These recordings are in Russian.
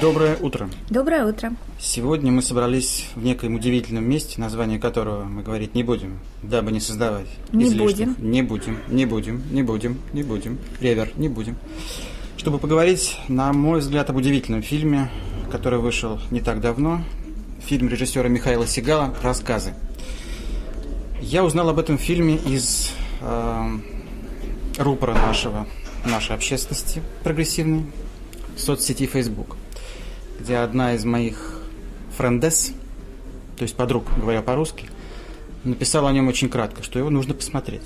Доброе утро. Доброе утро. Сегодня мы собрались в некоем удивительном месте, название которого мы говорить не будем, дабы не создавать излишних. Не будем. Ревер, не будем. Чтобы поговорить, на мой взгляд, об удивительном фильме, который вышел не так давно. Фильм режиссера Михаила Сигала «Рассказы». Я узнал об этом фильме из рупора нашей общественности прогрессивной, соцсети Facebook, где одна из моих френдес, то есть подруг, говоря по-русски, написала о нем очень кратко, что его нужно посмотреть.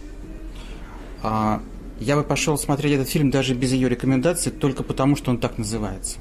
Я бы пошел смотреть этот фильм даже без ее рекомендаций, только потому, что он так называется.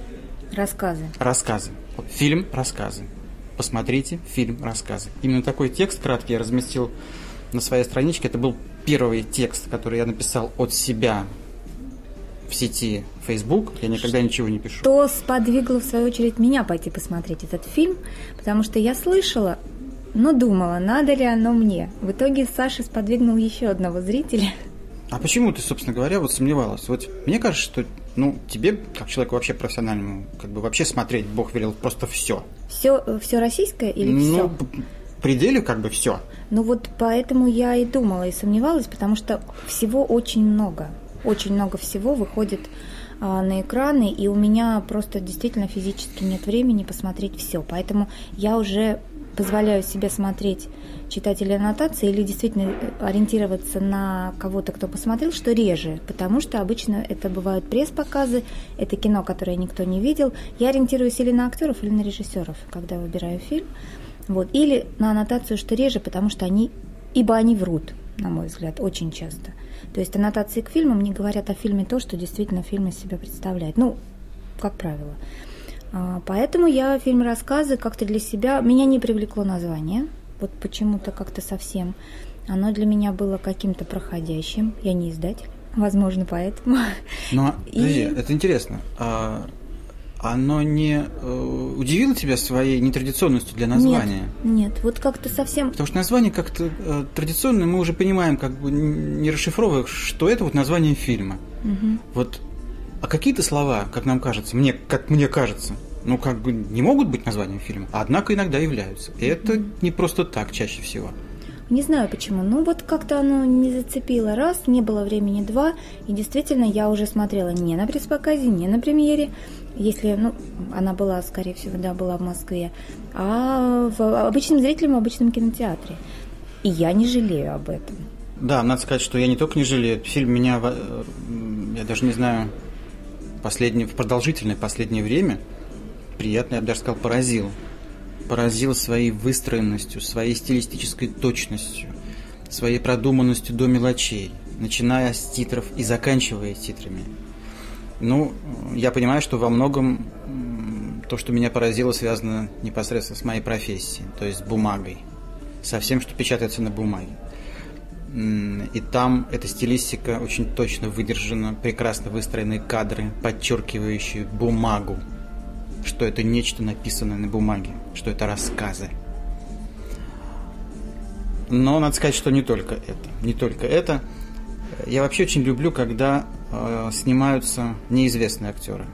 Рассказы. Фильм «Рассказы». Посмотрите фильм «Рассказы». Именно такой текст краткий я разместил на своей страничке. Это был первый текст, который я написал от себя в сети Facebook. Я никогда ничего не пишу. Что сподвигло, в свою очередь, меня пойти посмотреть этот фильм, потому что я слышала, но думала, надо ли оно мне. В итоге Саша сподвигнул еще одного зрителя. А почему ты, собственно говоря, сомневалась? Мне кажется, что тебе, как человеку вообще профессиональному, вообще смотреть Бог велел просто все. Все российское или все? В пределе все. Поэтому я и думала, и сомневалась, потому что всего очень много. Очень много всего выходит на экраны, и у меня просто действительно физически нет времени посмотреть все. Поэтому я уже позволяю себе смотреть читателей аннотации или действительно ориентироваться на кого-то, кто посмотрел, что реже, потому что обычно это бывают пресс-показы, это кино, которое никто не видел. Я ориентируюсь или на актеров, или на режиссеров, когда выбираю фильм. Или на аннотацию, что реже, потому что они врут, на мой взгляд, очень часто. То есть аннотации к фильмам не говорят о фильме то, что действительно фильм из себя представляет. Как правило. Поэтому я фильм «Рассказы» как-то для себя... Меня не привлекло название. Почему-то как-то совсем. Оно для меня было каким-то проходящим. Я не издатель. Возможно, поэтому. Подожди, это интересно. Оно не удивило тебя своей нетрадиционностью для названия? Нет, как-то совсем... Потому что название как-то традиционное, мы уже понимаем, не расшифровывая, что это название фильма. Угу. А какие-то слова, как нам кажется, как мне кажется, не могут быть названием фильма, однако иногда являются. И это не просто так чаще всего. Не знаю почему. Как-то оно не зацепило. Раз, не было времени. Два, и действительно я уже смотрела не на пресс-показе, не на премьере, если, она была, скорее всего, была в Москве, а обычным зрителям в обычном кинотеатре. И я не жалею об этом. Да, надо сказать, что я не только не жалею. Фильм меня, я даже не знаю, в продолжительное последнее время, приятно, я бы даже сказал, поразил. Поразил своей выстроенностью, своей стилистической точностью, своей продуманностью до мелочей, начиная с титров и заканчивая титрами. Я понимаю, что во многом то, что меня поразило, связано непосредственно с моей профессией, то есть с бумагой, со всем, что печатается на бумаге. И там эта стилистика очень точно выдержана, прекрасно выстроенные кадры, подчеркивающие бумагу, что это нечто написанное на бумаге, что это рассказы. Но надо сказать, что не только это. Я вообще очень люблю, когда снимаются неизвестные актеры.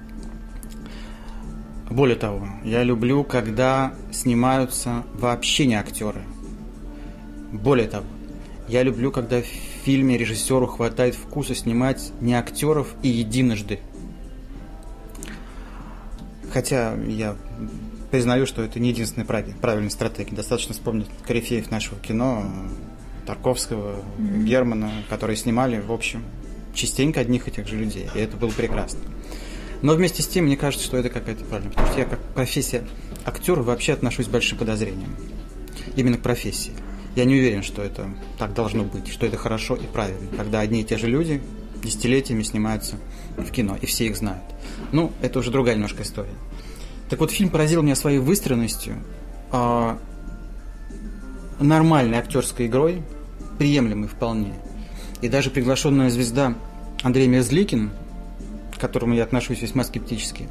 Более того, я люблю, когда снимаются вообще не актеры. Более того, я люблю, когда в фильме режиссеру хватает вкуса снимать не актеров и единожды. Хотя я признаю, что это не единственная правильная стратегия. Достаточно вспомнить корифеев нашего кино, Тарковского, Германа, которые снимали, в общем, частенько одних и тех же людей. И это было прекрасно. Но вместе с тем, мне кажется, что это какая-то правильная. Потому что я как профессия актера вообще отношусь с большим подозрением. Именно к профессии. Я не уверен, что это так должно быть, что это хорошо и правильно, когда одни и те же люди десятилетиями снимаются в кино, и все их знают. Это уже другая немножко история. Так вот, фильм поразил меня своей выстроенностью, нормальной актерской игрой, приемлемой вполне. И даже приглашенная звезда Андрей Мерзликин, к которому я отношусь весьма скептически,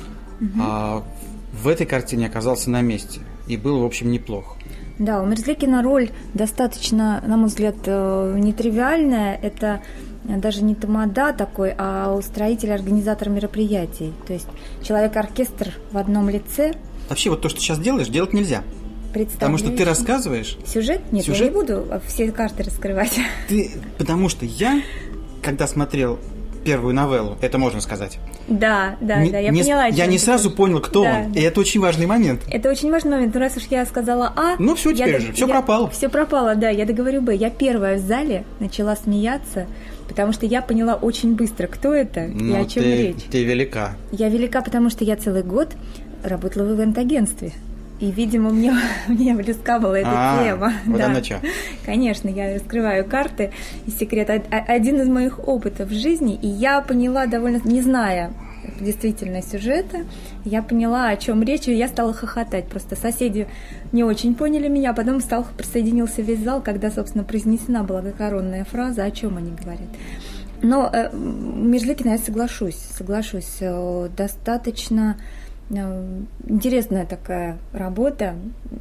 в этой картине оказался на месте и был, в общем, неплох. Да, у Мерзликина роль достаточно, на мой взгляд, нетривиальная. Это даже не тамада такой, а устроитель, организатор мероприятий. То есть человек-оркестр в одном лице. Вообще вот то, что ты сейчас делаешь, делать нельзя. Потому что ты рассказываешь... Сюжет? Нет, я не буду все карты раскрывать. Потому что я, когда смотрел первую новеллу, это можно сказать. Да, я поняла. Я не сразу понял, кто он, и это очень важный момент. Это очень важный момент, но раз уж я сказала А... Ну все, теперь же, все пропало. Все пропало, да, я договорю Б. Я первая в зале начала смеяться, потому что я поняла очень быстро, кто это и о чем речь. Ты велика. Я велика, потому что я целый год работала в ивент-агентстве. И, видимо, мне близка была эта тема. Вот да. Оно что. Конечно, я раскрываю карты и секрет. Один из моих опытов в жизни, и я поняла довольно, не зная действительно сюжета, я поняла, о чем речь, и я стала хохотать. Просто соседи не очень поняли меня, а потом присоединился весь зал, когда, собственно, произнесена была коронная фраза, о чем они говорят. Но Межликина я соглашусь. Достаточно... интересная такая работа.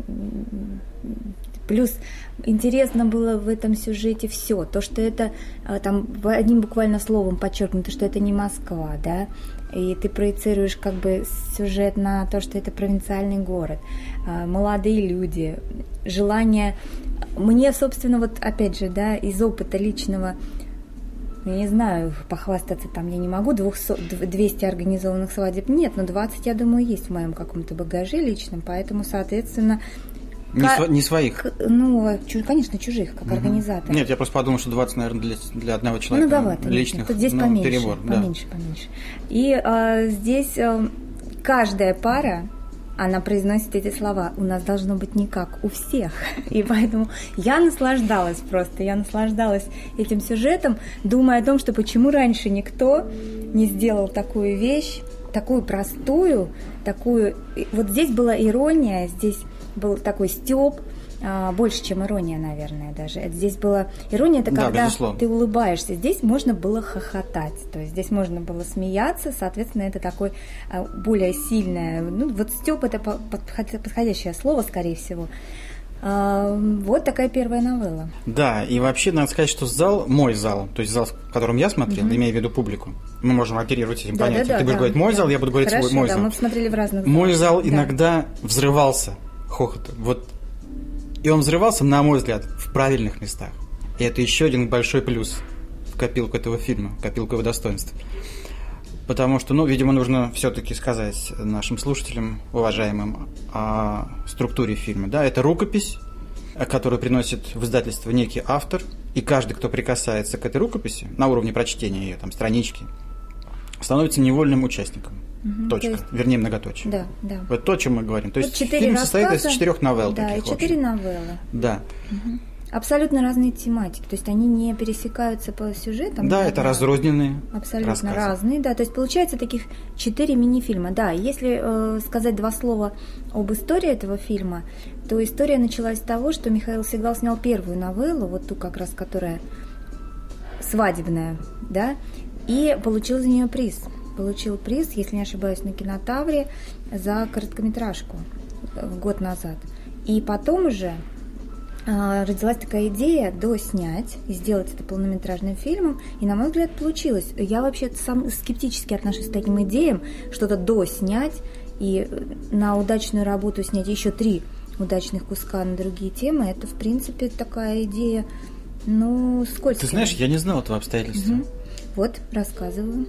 Плюс интересно было в этом сюжете все. То, что это там одним буквально словом подчеркнуто, что это не Москва, да, и ты проецируешь как бы сюжет на то, что это провинциальный город, молодые люди, желание... Мне, собственно, вот опять же, да, из опыта личного, я не знаю, похвастаться там я не могу, 200 организованных свадеб нет, но 20, я думаю, есть в моем каком-то багаже личном, поэтому, соответственно... Не своих? Ну, конечно, чужих, как организатор. Нет, я просто подумал, что 20, наверное, для одного человека многовато, личных. Тут здесь поменьше, перебор, поменьше. И здесь каждая пара, она произносит эти слова. У нас должно быть не как у всех. И поэтому я наслаждалась этим сюжетом, думая о том, что почему раньше никто не сделал такую вещь, такую простую, такую... Вот здесь была ирония, здесь был такой стёб, больше, чем ирония, наверное, даже. Здесь была ирония, это когда ты улыбаешься. Здесь можно было хохотать, то есть здесь можно было смеяться, соответственно, это такое более сильное. Ну, вот стёб – это подходящее слово, скорее всего. Вот такая первая новелла. Да, и вообще надо сказать, что зал, мой зал, то есть зал, в котором я смотрел, имея в виду публику, мы можем оперировать этим понятием. Ты будешь говорить мой зал, я буду говорить мой зал. Мы посмотрели в разных залах. Мой зал иногда взрывался хохотом. Вот. И он взрывался, на мой взгляд, в правильных местах. И это еще один большой плюс в копилку этого фильма, в копилку его достоинств. Потому что, видимо, нужно все-таки сказать нашим слушателям, уважаемым, о структуре фильма. Да, это рукопись, которую приносит в издательство некий автор, и каждый, кто прикасается к этой рукописи, на уровне прочтения ее, там, странички, становится невольным участником. Точка. Есть... Вернее, многоточие. Да. Вот то, о чем мы говорим. То есть фильм состоит из 4 новелл. Да, и 4 новеллы. Да. Абсолютно разные тематики. То есть они не пересекаются по сюжетам. Да, это разрозненные абсолютно рассказы. Разные, да. То есть получается таких 4 мини-фильма. Да, если сказать 2 слова об истории этого фильма, то история началась с того, что Михаил Сегал снял первую новеллу, вот ту как раз, которая свадебная, да, и получил за нее приз. Получил приз, если не ошибаюсь, на Кинотавре за короткометражку год назад. И потом уже родилась такая идея доснять и сделать это полнометражным фильмом, и, на мой взгляд, получилось. Я вообще сам скептически отношусь к таким идеям, что-то доснять и на удачную работу снять еще 3 удачных куска на другие темы. Это, в принципе, такая идея, скользкая. Ты знаешь, я не знал этого обстоятельства. Вот, рассказываю.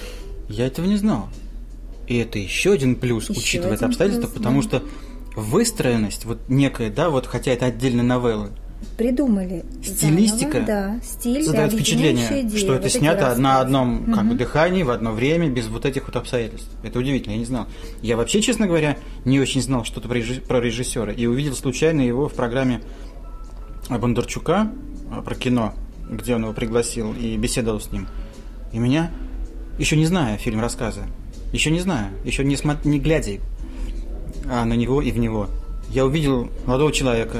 Я этого не знал. И это еще один плюс, учитывая это обстоятельство, потому что выстроенность, вот некая, да, вот хотя это отдельные новеллы, придумали стилистика, да, стиль, создает впечатление, что это снято на одном дыхании, в одно время, без вот этих вот обстоятельств. Это удивительно, я не знал. Я вообще, честно говоря, не очень знал что-то про режиссера, и увидел случайно его в программе Бондарчука про кино, где он его пригласил и беседовал с ним. И меня, еще не зная фильм рассказа, еще не глядя на него и в него, я увидел молодого человека,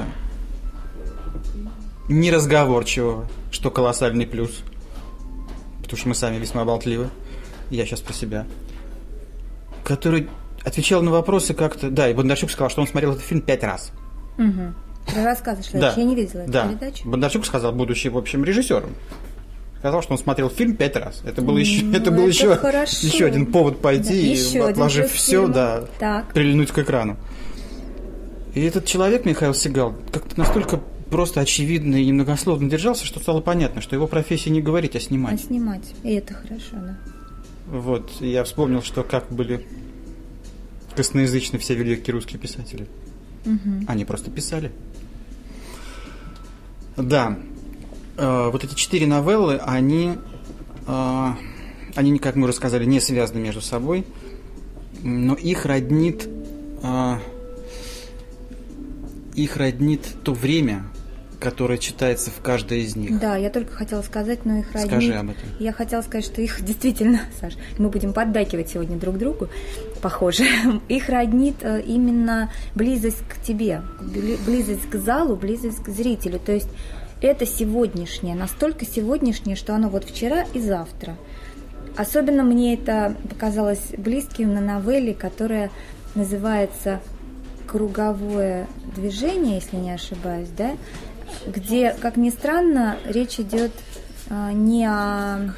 неразговорчивого, что колоссальный плюс, потому что мы сами весьма болтливы, я сейчас про себя, который отвечал на вопросы как-то, да, и Бондарчук сказал, что он смотрел этот фильм 5 раз. Ты рассказываешь, что я не видела эту передачу. Бондарчук сказал, будучи, в общем, режиссером, Сказал, что он смотрел фильм 5 раз. Это был еще один повод пойти и, отложив все, прильнуть к экрану. И этот человек, Михаил Сигал, как-то настолько просто очевидно и немногословно держался, что стало понятно, что его профессия не говорить, а снимать. А снимать. И это хорошо, да. Вот. И я вспомнил, что как были косноязычны все великие русские писатели. Угу. Они просто писали. Да. Вот эти 4 новеллы, они, как мы уже сказали, не связаны между собой, но их роднит то время, которое читается в каждой из них. Да, я только хотела сказать, но их роднит... Скажи об этом. Я хотела сказать, что их действительно, Саш, мы будем поддакивать сегодня друг другу, похоже. Их роднит именно близость к тебе, близость к залу, близость к зрителю. То есть это сегодняшнее, настолько сегодняшнее, что оно вот вчера и завтра. Особенно мне это показалось близким на новелле, которая называется «Круговое движение», если не ошибаюсь, да? Где, как ни странно, речь идет не о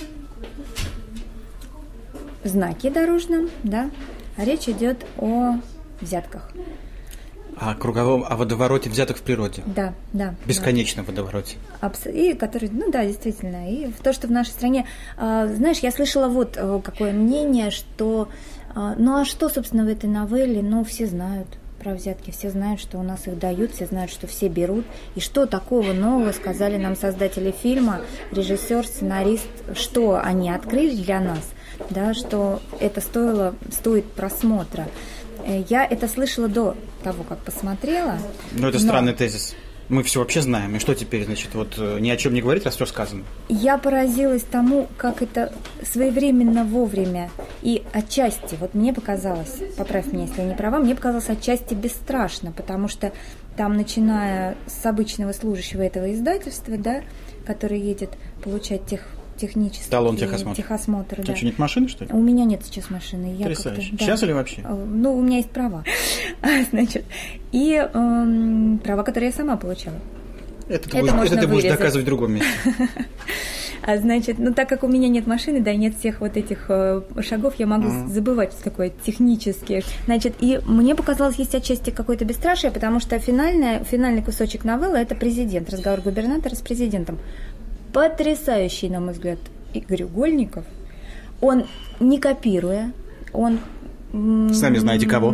знаке дорожном, да, а речь идет о взятках. О водовороте взяток в природе. Да. Бесконечном водовороте. И который, действительно. И то, что в нашей стране... Знаешь, я слышала вот какое мнение, что... а что, собственно, в этой новелле? Все знают про взятки, все знают, что у нас их дают, все знают, что все берут. И что такого нового сказали нам создатели фильма, режиссер, сценарист, что они открыли для нас, да, что это стоит просмотра. Я это слышала до того, как посмотрела. Это странный тезис. Мы все вообще знаем. И что теперь, значит, ни о чем не говорить, раз все сказано? Я поразилась тому, как это своевременно, вовремя и отчасти, мне показалось, поправь меня, если я не права, мне показалось отчасти бесстрашно, потому что там, начиная с обычного служащего этого издательства, да, который едет получать технический талон техосмотр. У тебя что, нет машины, что ли? У меня нет сейчас машины. Потрясающе. Сейчас или вообще? У меня есть права. Значит, и права, которые я сама получала. Это ты будешь доказывать в другом месте. Значит, так как у меня нет машины, да, и нет всех вот этих шагов, я могу забывать, что такое технические. Значит, и мне показалось, есть отчасти какое-то бесстрашие, потому что финальный кусочек новеллы – это президент, разговор губернатора с президентом. Потрясающий, на мой взгляд, Игорь Угольников. Он, не копируя, он... Сами знаете кого.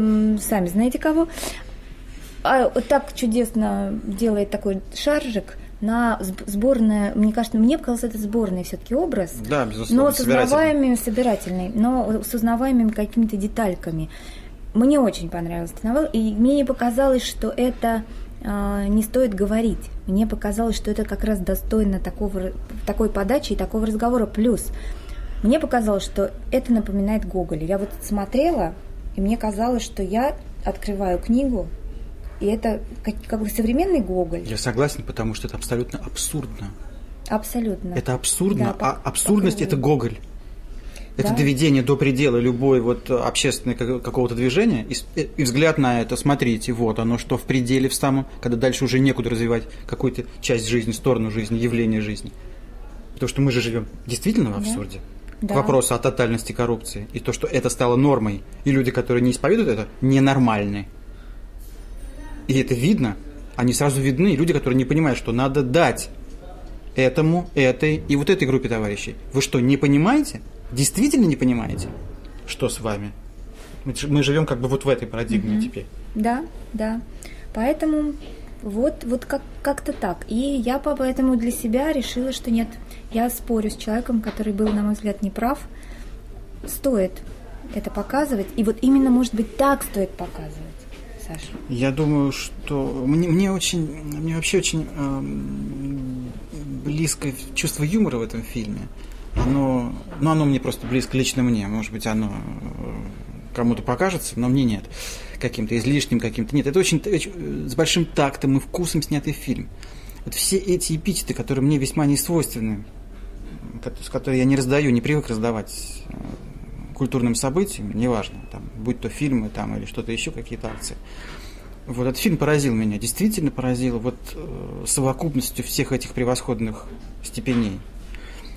Так чудесно делает такой шаржик на сборное, мне кажется, мне показалось, это сборный все-таки образ. Да, безусловно, но собирательный, но с узнаваемыми какими-то детальками. Мне очень понравилась эта новелла, и мне не показалось, что это... не стоит говорить. Мне показалось, что это как раз достойно такой подачи и такого разговора. Плюс мне показалось, что это напоминает Гоголя. Я смотрела, и мне казалось, что я открываю книгу, и это как бы современный Гоголь. Я согласен, потому что это абсолютно абсурдно. Абсолютно. Это абсурдно, да, абсурдность – это Гоголь. Это доведение до предела любой общественного какого-то движения, и взгляд на это, смотрите, оно что в пределе в самом, когда дальше уже некуда развивать какую-то часть жизни, сторону жизни, явление жизни. Потому что мы же живем действительно в абсурде. Да. К вопросу о тотальности коррупции. И то, что это стало нормой, и люди, которые не исповедуют это, ненормальны. И это видно, они сразу видны, люди, которые не понимают, что надо дать этому, этой и этой группе товарищей. Вы что, не понимаете? Действительно не понимаете, что с вами? Мы живем как бы в этой парадигме теперь. Да. Поэтому как-то так. И я поэтому для себя решила, что нет, я спорю с человеком, который был, на мой взгляд, неправ. Стоит это показывать. И именно, может быть, так стоит показывать, Саша. Я думаю, что мне вообще очень близко чувство юмора в этом фильме. Оно мне просто близко лично мне. Может быть, оно кому-то покажется, но мне нет. Каким-то излишним, каким-то нет. Это очень с большим тактом и вкусом снятый фильм. Все эти эпитеты, которые мне весьма не свойственны, которые я не раздаю, не привык раздавать культурным событиям, неважно, будь то фильмы или что-то еще, какие-то акции. Этот фильм поразил меня, действительно поразил совокупностью всех этих превосходных степеней.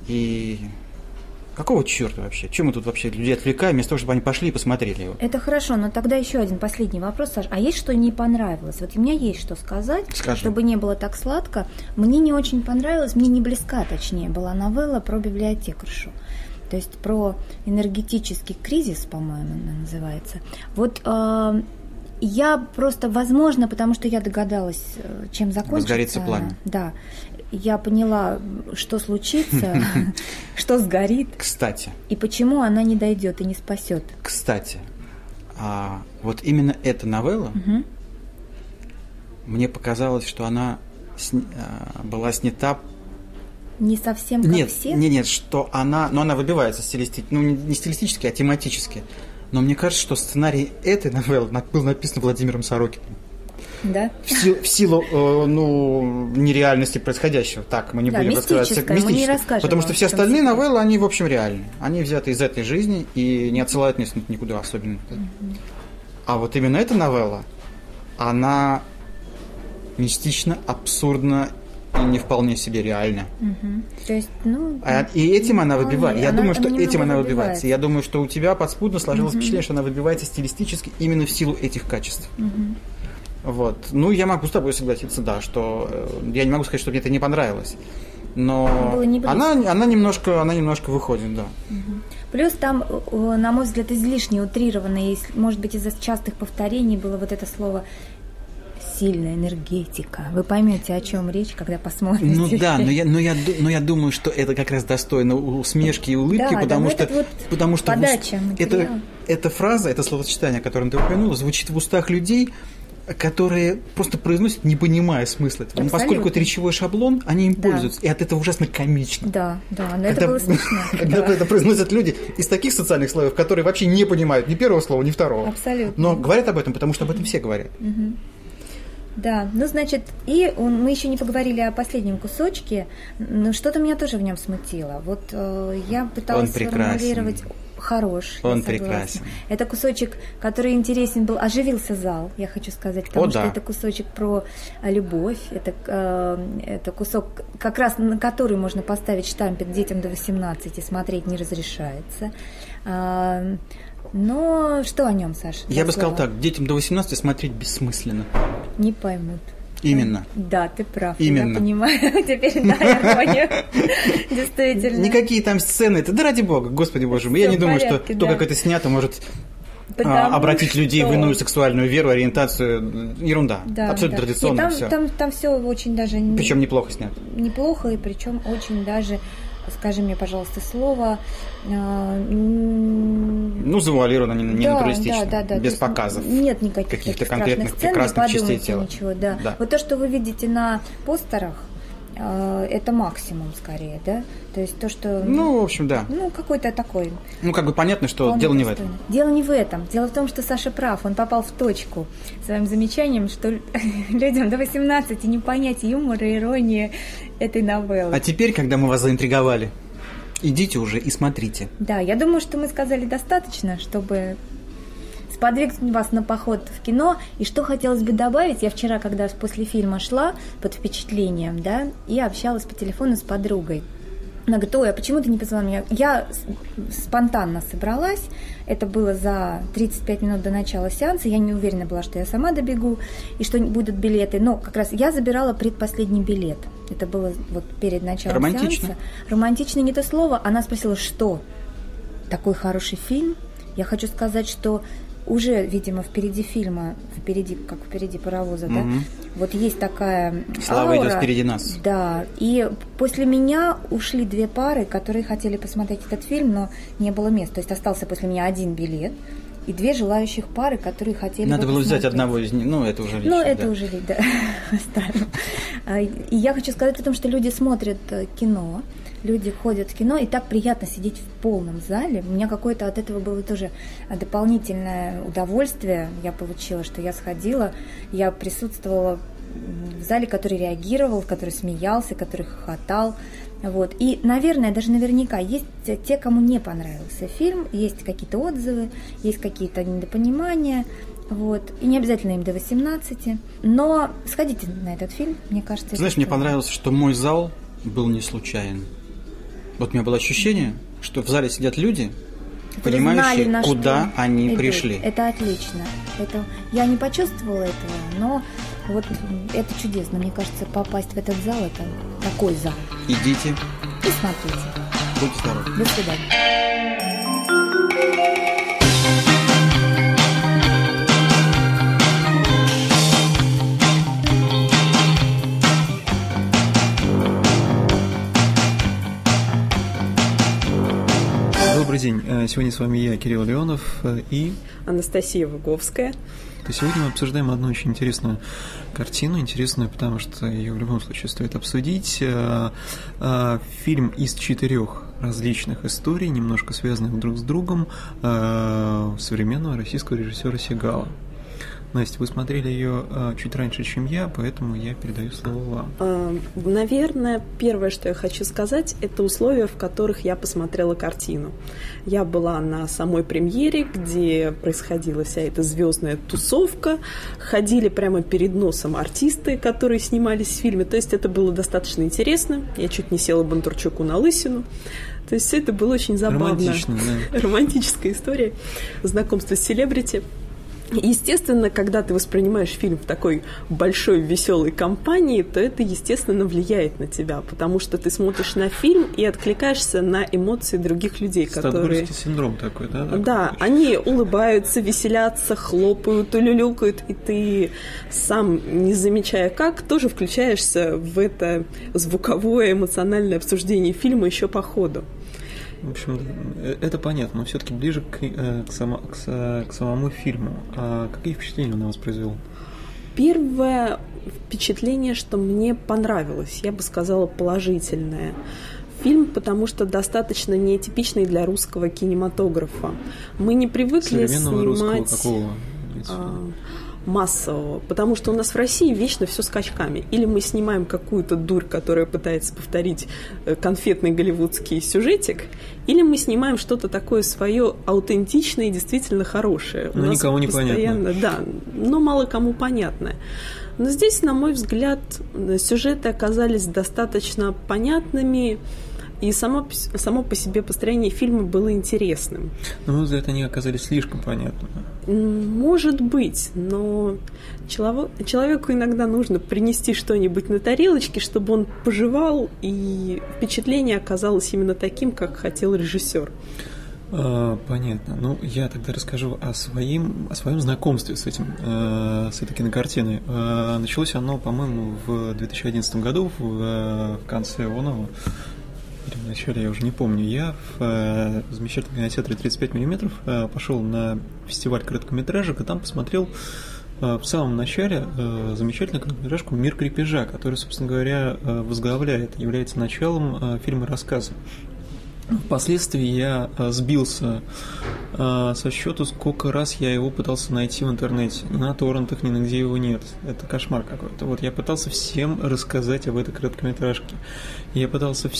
И какого черта вообще? Чем мы тут вообще людей отвлекаем, вместо того, чтобы они пошли и посмотрели его? Это хорошо, но тогда еще один последний вопрос, Саш. А есть что не понравилось? Вот у меня есть что сказать, Скажи. чтобы не было так сладко. Мне не очень понравилось, мне не близка, точнее, была новелла про библиотекаршу. То есть про энергетический кризис, по-моему, она называется. Вот я просто, возможно, потому что я догадалась, чем закончится. Возгорится пламя. Да. Я поняла, что случится, что сгорит. Кстати. И почему она не дойдет и не спасет. Кстати, вот именно эта новелла, мне показалось, что она была снята... Не совсем как все? Нет, что она... Но она выбивается не стилистически, а тематически. Но мне кажется, что сценарий этой новеллы был написан Владимиром Сорокиным. Да? В силу нереальности происходящего. Так, мы не будем рассказывать. Мы не расскажем. Потому что все остальные новеллы, они, в общем, реальны. Они взяты из этой жизни и не отсылают нас никуда особенно. А вот именно эта новелла, она мистична, абсурдна и не вполне себе реальна. То есть, и этим она выбивается. Я думаю, что этим она выбивается. Я думаю, что у тебя подспудно сложилось впечатление, что она выбивается стилистически именно в силу этих качеств. Вот. Ну, я могу с тобой согласиться, да, что я не могу сказать, что мне это не понравилось. Но она немножко выходит, да. Плюс там, на мой взгляд, излишне утрированно, и, может быть, из-за частых повторений было вот это слово «сильная энергетика». Вы поймете, о чем речь, когда посмотрите. Ну да, но я думаю, что это как раз достойно усмешки и улыбки, потому что эта фраза, это словосочетание, которое ты упомянула, звучит в устах людей, которые просто произносят, не понимая смысла этого. Но поскольку это речевой шаблон, они им пользуются. И от этого ужасно комично. Да, но это было смешно. Когда это произносят люди из таких социальных слоев, которые вообще не понимают ни первого слова, ни второго. Абсолютно. Но говорят об этом, потому что об этом все говорят. Да, значит, и мы еще не поговорили о последнем кусочке, но что-то меня тоже в нем смутило. Вот я пыталась сформулировать... Хорош. Он прекрасен. Это кусочек, который интересен был, оживился зал, я хочу сказать, потому что это кусочек про любовь, это кусок, как раз на который можно поставить штампик «Детям до 18» и смотреть не разрешается. Но что о нем, Саша? Я бы сказал так, детям до 18 смотреть бессмысленно. Не поймут. Именно. Да, ты прав. Именно. Я понимаю. Теперь, да, я понял. Действительно. Никакие там сцены, да ради бога, господи боже мой. Я не думаю, что то, как это снято, может обратить людей в иную сексуальную веру, ориентацию. Ерунда. Абсолютно традиционно все. Там все очень даже... Причем неплохо снято. Неплохо, и причем очень даже... Скажи мне, пожалуйста, слово... завуалировано, не натуралистично, да, без показов. Нет никаких каких-то конкретных прекрасных частей тела. Ничего, да. Вот то, что вы видите на постерах, это максимум скорее, да? То есть то, что... в общем, да. Какой-то такой... понятно, что дело не в этом. Дело не в этом. Дело в том, что Саша прав, он попал в точку своим замечанием, что людям до 18 не понять юмора, иронии этой новеллы. А теперь, когда мы вас заинтриговали, идите уже и смотрите. Да, я думаю, что мы сказали достаточно, чтобы... сподвигнуть вас на поход в кино. И что хотелось бы добавить, я вчера, когда после фильма шла под впечатлением, да, и общалась по телефону с подругой. Она говорит: ой, а почему ты не позвала меня? Я спонтанно собралась, это было за 35 минут до начала сеанса, я не уверена была, что я сама добегу и что будут билеты, но как раз я забирала предпоследний билет. Это было вот перед началом сеанса. Романтично не то слово. Она спросила, что такой хороший фильм. Я хочу сказать, что уже, видимо, впереди фильма, как впереди паровоза, да, вот есть такая Слава аура, идет впереди нас. Да, и после меня ушли две пары, которые хотели посмотреть этот фильм, но не было мест. То есть остался после меня один билет и две желающих пары, которые хотели Надо было посмотреть. взять одного из них, это уже лично. Это уже, да, оставим. И я хочу сказать о том, что люди смотрят кино, люди ходят в кино, и так приятно сидеть в полном зале. У меня какое-то от этого было тоже дополнительное удовольствие. Я получила, что я сходила, я присутствовала в зале, который реагировал, который смеялся, который хохотал. Вот. И, наверное, даже наверняка есть те, кому не понравился фильм, есть какие-то отзывы, есть какие-то недопонимания. Вот. И не обязательно им до 18. Но сходите на этот фильм, мне кажется. Знаешь, мне понравилось, что мой зал был не случайен. Вот у меня было ощущение, что в зале сидят люди, понимающие, знали, куда они идут. пришли. Это отлично. Я не почувствовала этого, но вот это чудесно. Мне кажется, попасть в этот зал – это такой зал. Идите и смотрите. Будьте здоровы. До свидания. Добрый день. Сегодня с вами я, Кирилл Леонов, и Анастасия Выговская. Сегодня мы обсуждаем одну очень интересную картину, интересную, потому что ее в любом случае стоит обсудить. Фильм из 4 различных историй, немножко связанных друг с другом, современного российского режиссера Сегала. Настя, вы смотрели ее чуть раньше, чем я, поэтому я передаю слово вам. Наверное, первое, что я хочу сказать, это условия, в которых я посмотрела картину. Я была на самой премьере, где происходила вся эта звездная тусовка, ходили прямо перед носом артисты, которые снимались в фильме, то есть это было достаточно интересно. Я чуть не села Бондарчуку на лысину. То есть все это было очень забавно. Романтично, да. Романтическая история, знакомство с селебрити. Естественно, когда ты воспринимаешь фильм в такой большой веселой компании, то это, естественно, влияет на тебя, потому что ты смотришь на фильм и откликаешься на эмоции других людей, которые... Стокгольмский синдром такой, да? Да, они улыбаются, веселятся, хлопают, улюлюкают, и ты сам, не замечая как, тоже включаешься в это звуковое эмоциональное обсуждение фильма еще по ходу. В общем, это понятно, но все-таки ближе к самому фильму. А какие впечатления он на вас произвел? Первое впечатление, что мне понравилось, я бы сказала, положительное. Фильм, потому что достаточно нетипичный для русского кинематографа. Мы не привыкли современного снимать... русского какого? Массового, потому что у нас в России вечно все скачками. Или мы снимаем какую-то дурь, которая пытается повторить конфетный голливудский сюжетик, или мы снимаем что-то такое свое аутентичное и действительно хорошее. Но никому не понятно. Да, но мало кому понятное. Но здесь, на мой взгляд, сюжеты оказались достаточно понятными, и само по себе построение фильма было интересным. На мой взгляд, они оказались слишком понятными. Может быть, но человеку иногда нужно принести что-нибудь на тарелочке, чтобы он пожевал, и впечатление оказалось именно таким, как хотел режиссер. Понятно. Ну, я тогда расскажу о своем знакомстве с этой кинокартиной. Началось оно, по-моему, в 2011 году, в конце оного. Или в начале, я уже не помню. Я в замечательном кинотеатре 35 мм пошел на фестиваль короткометражек, и там посмотрел в самом начале замечательную короткометражку «Мир крепежа», который, собственно говоря, является началом фильма-рассказа. Впоследствии я сбился со счету, сколько раз я его пытался найти в интернете. Ни на торрентах, ни нигде его нет. Это кошмар какой-то. Вот я пытался всем рассказать об этой короткометражке. Я пытался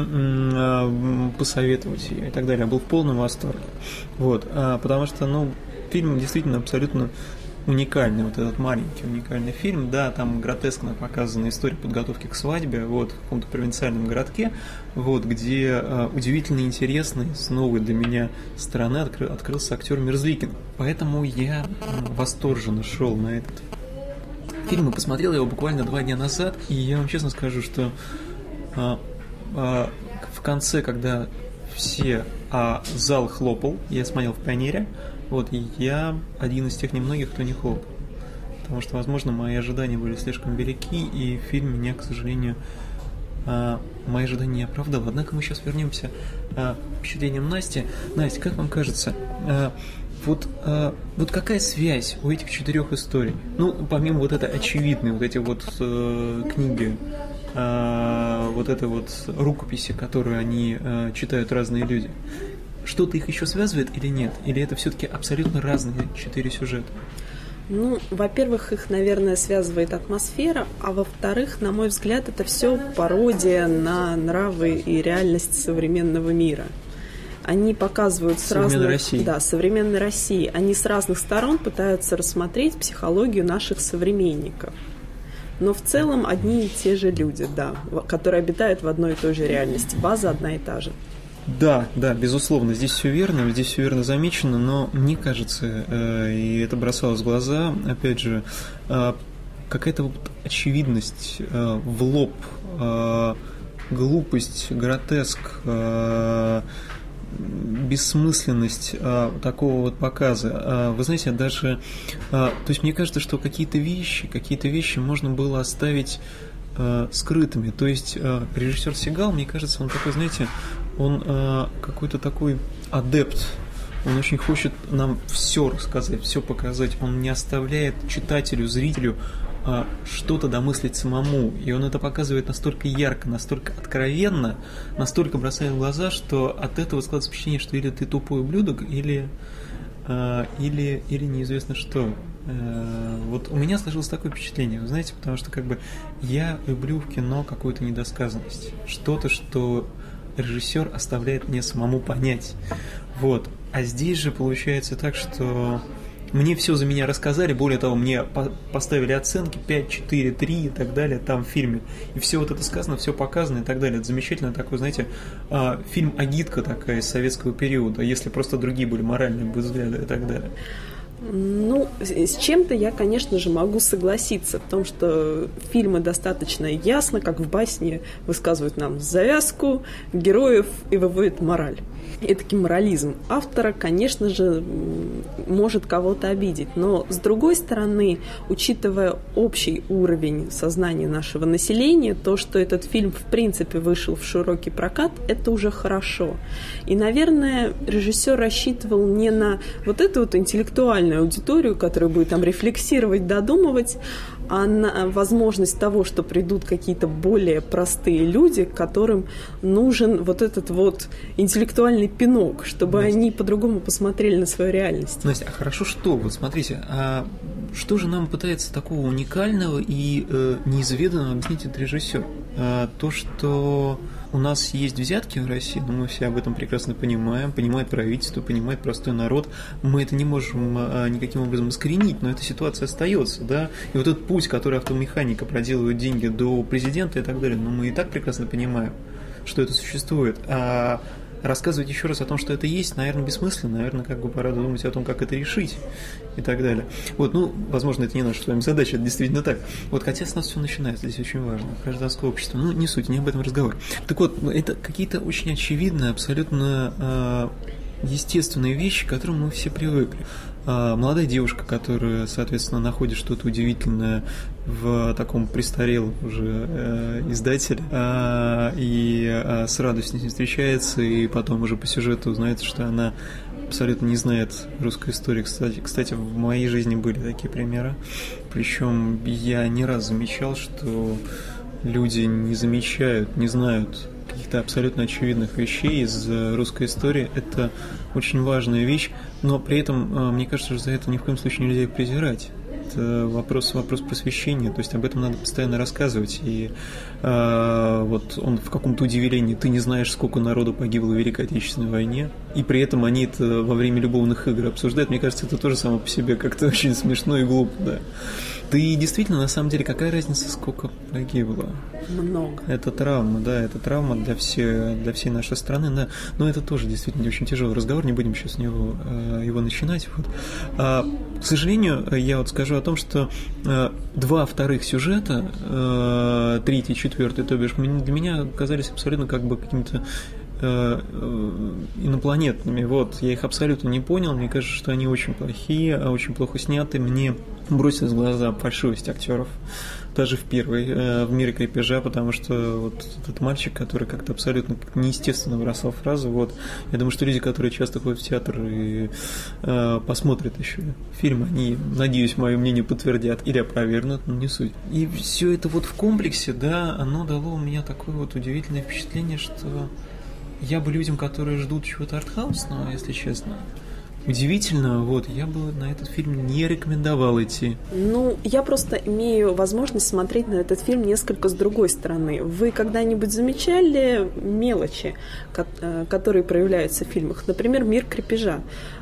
всем посоветовать ее и так далее. Я был в полном восторге. Вот. Потому что, фильм действительно абсолютно уникальный, вот этот маленький уникальный фильм, да, там гротескно показана история подготовки к свадьбе, вот, в каком-то провинциальном городке, вот, где удивительно интересный, с новой для меня стороны открылся актер Мерзликин. Поэтому я восторженно шел на этот фильм и посмотрел его буквально 2 дня назад, и я вам честно скажу, что в конце, когда зал хлопал, я смотрел в «Пионере», вот, и я один из тех немногих, кто не хлопал. Потому что, возможно, мои ожидания были слишком велики, и фильм меня, к сожалению, мои ожидания не оправдал. Однако мы сейчас вернемся к впечатлениям Насти. Настя, как вам кажется, вот какая связь у этих 4 историй? Ну, помимо вот этой очевидной, вот эти вот книги, вот этой вот рукописи, которую они читают разные люди. Что-то их еще связывает или нет? Или это все-таки абсолютно разные 4 сюжета? Ну, во-первых, их, наверное, связывает атмосфера, а во-вторых, на мой взгляд, это все пародия на нравы и реальность современного мира. Они показывают современной России. Они с разных сторон пытаются рассмотреть психологию наших современников. но в целом одни и те же люди, да, которые обитают в одной и той же реальности. База одна и та же. Да, безусловно, здесь все верно замечено, но мне кажется, и это бросалось в глаза, опять же, какая-то вот очевидность в лоб, глупость, гротеск, бессмысленность такого вот показа. Вы знаете, даже, то есть мне кажется, что какие-то вещи можно было оставить скрытыми. То есть режиссер Сигал, мне кажется, он такой, знаете, он какой-то такой адепт. Он очень хочет нам все рассказать, все показать. Он не оставляет читателю, зрителю что-то домыслить самому. И он это показывает настолько ярко, настолько откровенно, настолько бросает в глаза, что от этого складывается впечатление, что или ты тупой ублюдок, или неизвестно что. Вот у меня сложилось такое впечатление, вы знаете, потому что как бы я люблю в кино какую-то недосказанность. Что-то, что режиссер оставляет мне самому понять. Вот. А здесь же получается так, что мне все за меня рассказали, более того, мне поставили оценки 5, 4, 3 и так далее там в фильме. И все вот это сказано, все показано и так далее. Это замечательно такой, знаете, фильм агитка такая из советского периода, если просто другие были моральные взгляды и так далее. Ну, с чем-то я, конечно же, могу согласиться, в том, что фильмы достаточно ясно, как в басне, высказывают нам завязку героев и выводят мораль. И таки морализм автора, конечно же, может кого-то обидеть. Но, с другой стороны, учитывая общий уровень сознания нашего населения, то, что этот фильм, в принципе, вышел в широкий прокат, это уже хорошо. И, наверное, режиссер рассчитывал не на вот эту вот интеллектуальную аудиторию, которая будет там рефлексировать, додумывать, а на возможность того, что придут какие-то более простые люди, которым нужен вот этот вот интеллектуальный пинок, чтобы Настя, они по-другому посмотрели на свою реальность. Настя, а хорошо что? Вот смотрите, а что же нам пытается такого уникального и неизведанного объяснить этот режиссер? То, что у нас есть взятки в России, но мы все об этом прекрасно понимаем, понимает правительство, понимает простой народ, мы это не можем никаким образом искоренить, но эта ситуация остается, да, и вот этот путь, который автомеханика проделывает деньги до президента и так далее, но мы и так прекрасно понимаем, что это существует, а рассказывать еще раз о том, что это есть, наверное, бессмысленно, наверное, как бы пора думать о том, как это решить и так далее. Вот, ну, возможно, это не наша с вами задача, это действительно так. Вот, хотя с нас все начинается, здесь очень важно, гражданское общество, ну, не суть, не об этом разговор. Так вот, это какие-то очень очевидные, абсолютно естественные вещи, к которым мы все привыкли. Молодая девушка, которая, соответственно, находит что-то удивительное в таком престарелом уже издателе и с радостью с ней встречается, и потом уже по сюжету узнает, что она абсолютно не знает русской истории. Кстати, в моей жизни были такие примеры, причем я не раз замечал, что люди не замечают, не знают каких-то абсолютно очевидных вещей из русской истории. Это очень важная вещь, но при этом, мне кажется, что за это ни в коем случае нельзя их презирать. Это вопрос просвещения, то есть об этом надо постоянно рассказывать. И вот он в каком-то удивлении, ты не знаешь, сколько народу погибло в Великой Отечественной войне, и при этом они это во время любовных игр обсуждают. Мне кажется, это тоже само по себе как-то очень смешно и глупо, да. Ты действительно, на самом деле, какая разница, сколько погибло? Много. Это травма, да, это травма для всей нашей страны, да. Но это тоже действительно очень тяжелый разговор, не будем сейчас его начинать. Вот. К сожалению, я вот скажу о том, что два вторых сюжета, третий, четвертый, то бишь, для меня казались абсолютно как бы какими-то инопланетными. Вот, я их абсолютно не понял. Мне кажется, что они очень плохие, очень плохо сняты. Мне бросилась в глаза фальшивость актеров. Даже в первой, в «Мире крепежа», потому что вот этот мальчик, который как-то абсолютно неестественно бросал фразы, вот, я думаю, что люди, которые часто ходят в театр и посмотрят еще фильм, они, надеюсь, мое мнение подтвердят или опровергнут, но не суть. И все это вот в комплексе, да, оно дало у меня такое вот удивительное впечатление, что я бы людям, которые ждут чего-то артхаусного, если честно, удивительно, вот, я бы на этот фильм не рекомендовал идти. Ну, я просто имею возможность смотреть на этот фильм несколько с другой стороны. Вы когда-нибудь замечали мелочи, которые проявляются в фильмах? Например, «Мир крепежа».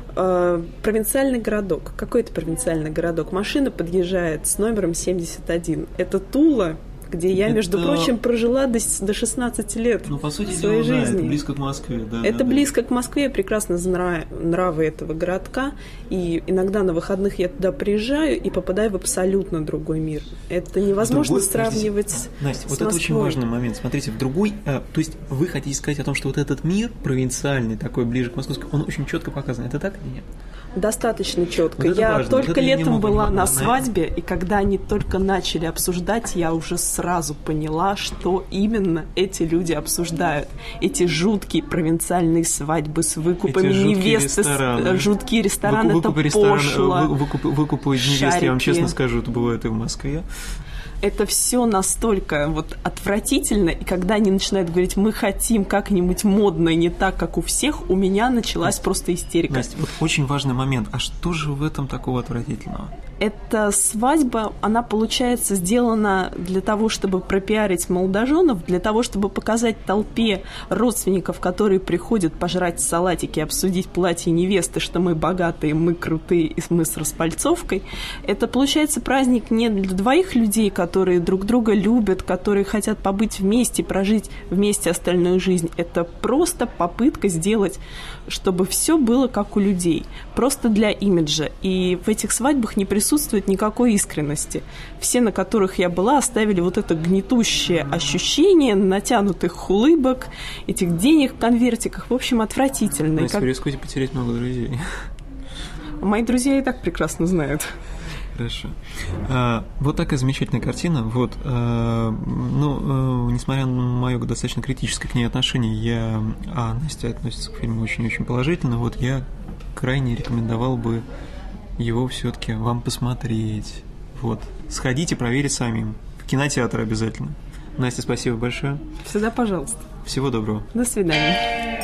Провинциальный городок. Какой это провинциальный городок? Машина подъезжает с номером 71. Это Тула, где я, между прочим, прожила до 16 лет по сути своей дела, жизни. Это близко к Москве. Да, это близко к Москве, я прекрасно знаю нравы этого городка, и иногда на выходных я туда приезжаю и попадаю в абсолютно другой мир. Это невозможно сравнивать с Настя, вот Москвой. это очень важный момент. Смотрите, в другой... то есть вы хотите сказать о том, что вот этот мир провинциальный, такой ближе к московскому, он очень четко показан. Это так или нет? Достаточно четко. Вот я важно. только вот летом была на свадьбе, и когда они только начали обсуждать, я уже сразу поняла, что именно эти люди обсуждают. Эти жуткие провинциальные свадьбы с выкупами невесты, жуткие рестораны, это пошло. Выкупы невесты, я вам честно скажу, это бывает и в Москве. Это все настолько вот отвратительно, и когда они начинают говорить, мы хотим как-нибудь модно и не так, как у всех, у меня началась просто истерика. Настя, вот очень важный момент. А что же в этом такого отвратительного? Эта свадьба, она, получается, сделана для того, чтобы пропиарить молодоженов, для того, чтобы показать толпе родственников, которые приходят пожрать салатики, обсудить платье невесты, что мы богатые, мы крутые, и мы с распальцовкой. Это, получается, праздник не для двоих людей, которые друг друга любят, которые хотят побыть вместе, прожить вместе остальную жизнь. Это просто попытка сделать, чтобы все было как у людей, просто для имиджа. И в этих свадьбах не присутствует никакой искренности. Все, на которых я была, оставили вот это гнетущее ощущение натянутых улыбок, этих денег в конвертиках. В общем, отвратительно. Настя, вы рискуете потерять много друзей. Мои друзья и так прекрасно знают. Хорошо. Вот такая замечательная картина. Вот, несмотря на мое достаточно критическое к ней отношение, Настя относится к фильму очень-очень положительно. Вот я крайне рекомендовал бы его все-таки вам посмотреть. Вот. Сходите, проверить самим. В кинотеатр обязательно. Настя, спасибо большое. Всегда пожалуйста. Всего доброго. До свидания.